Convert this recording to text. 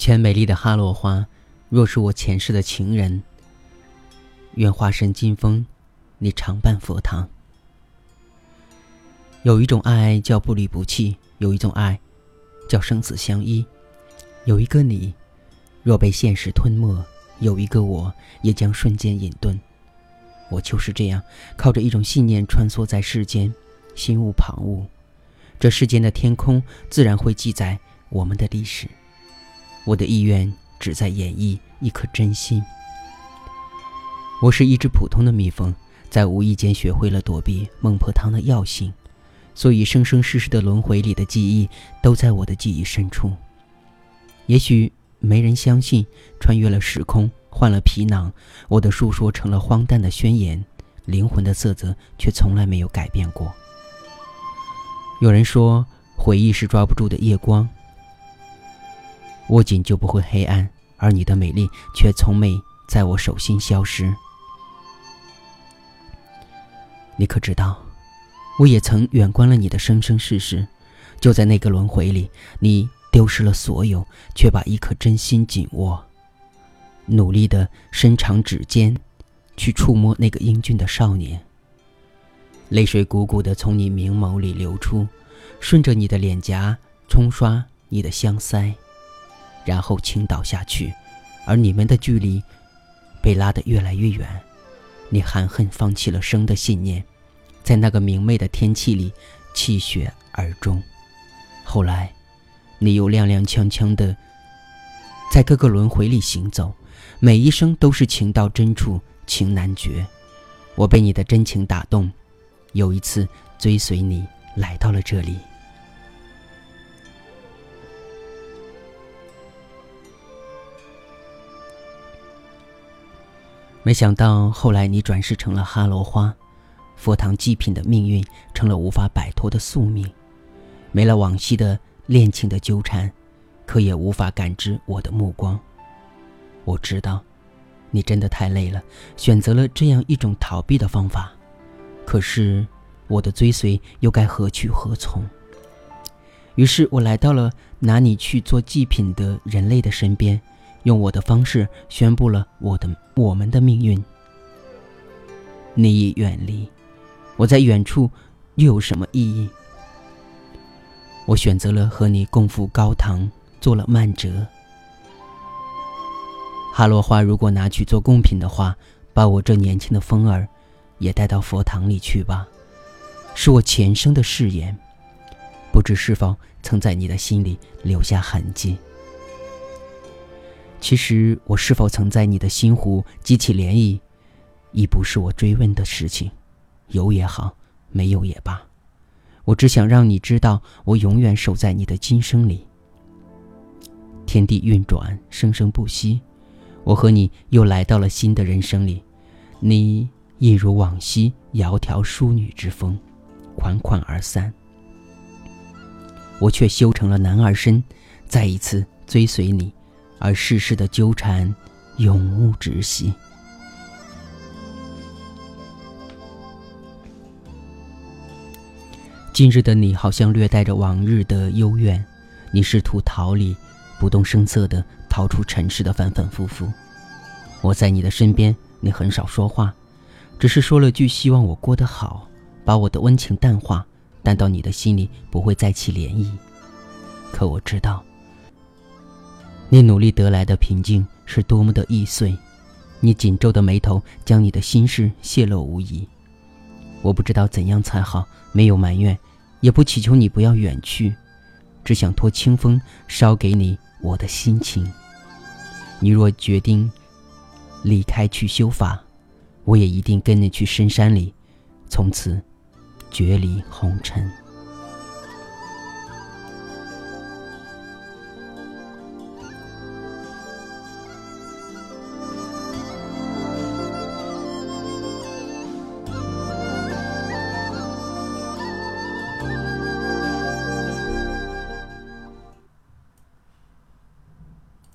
前美丽的哈罗花，若是我前世的情人，愿化身金风，你常伴佛堂。有一种爱叫不离不弃，有一种爱叫生死相依。有一个你，若被现实吞没，有一个我，也将瞬间隐遁。我就是这样，靠着一种信念穿梭在世间，心无旁骛。这世间的天空，自然会记载我们的历史。我的意愿只在演绎一颗真心。我是一只普通的蜜蜂，在无意间学会了躲避孟婆汤的药性，所以生生世世的轮回里的记忆都在我的记忆深处。也许没人相信，穿越了时空，换了皮囊，我的述说成了荒诞的宣言，灵魂的色泽却从来没有改变过。有人说，回忆是抓不住的夜光，握紧就不会黑暗，而你的美丽却从没在我手心消失。你可知道，我也曾远观了你的生生世世，就在那个轮回里，你丢失了所有，却把一颗真心紧握，努力地伸长指尖去触摸那个英俊的少年。泪水汩汩地从你明眸里流出，顺着你的脸颊冲刷你的香腮，然后倾倒下去，而你们的距离被拉得越来越远。你含恨放弃了生的信念，在那个明媚的天气里泣血而终。后来你又踉踉跄跄地在各个轮回里行走，每一生都是情到深处情难绝。我被你的真情打动，有一次追随你来到了这里。没想到后来你转世成了哈罗花，佛堂祭品的命运成了无法摆脱的宿命。没了往昔的恋情的纠缠，可也无法感知我的目光。我知道你真的太累了，选择了这样一种逃避的方法，可是我的追随又该何去何从？于是我来到了拿你去做祭品的人类的身边，用我的方式宣布了我们的命运。你已远离，我在远处又有什么意义？我选择了和你共赴高堂，做了慢折。哈罗花如果拿去做贡品的话，把我这年轻的风儿也带到佛堂里去吧，是我前生的誓言，不知是否曾在你的心里留下痕迹。其实我是否曾在你的心湖激起涟漪，已不是我追问的事情，有也好，没有也罢，我只想让你知道，我永远守在你的今生里。天地运转，生生不息，我和你又来到了新的人生里。你一如往昔窈窕淑女之风，款款而散，我却修成了男儿身，再一次追随你，而世事的纠缠永无止息。今日的你好像略带着往日的幽怨，你试图逃离，不动声色地逃出尘世的反反复复。我在你的身边，你很少说话，只是说了句希望我过得好，把我的温情淡化，淡到你的心里不会再起涟漪。可我知道，你努力得来的平静是多么的易碎，你紧皱的眉头将你的心事泄露无遗。我不知道怎样才好，没有埋怨，也不祈求你不要远去，只想托清风捎给你我的心情。你若决定离开去修法，我也一定跟你去深山里，从此绝离红尘。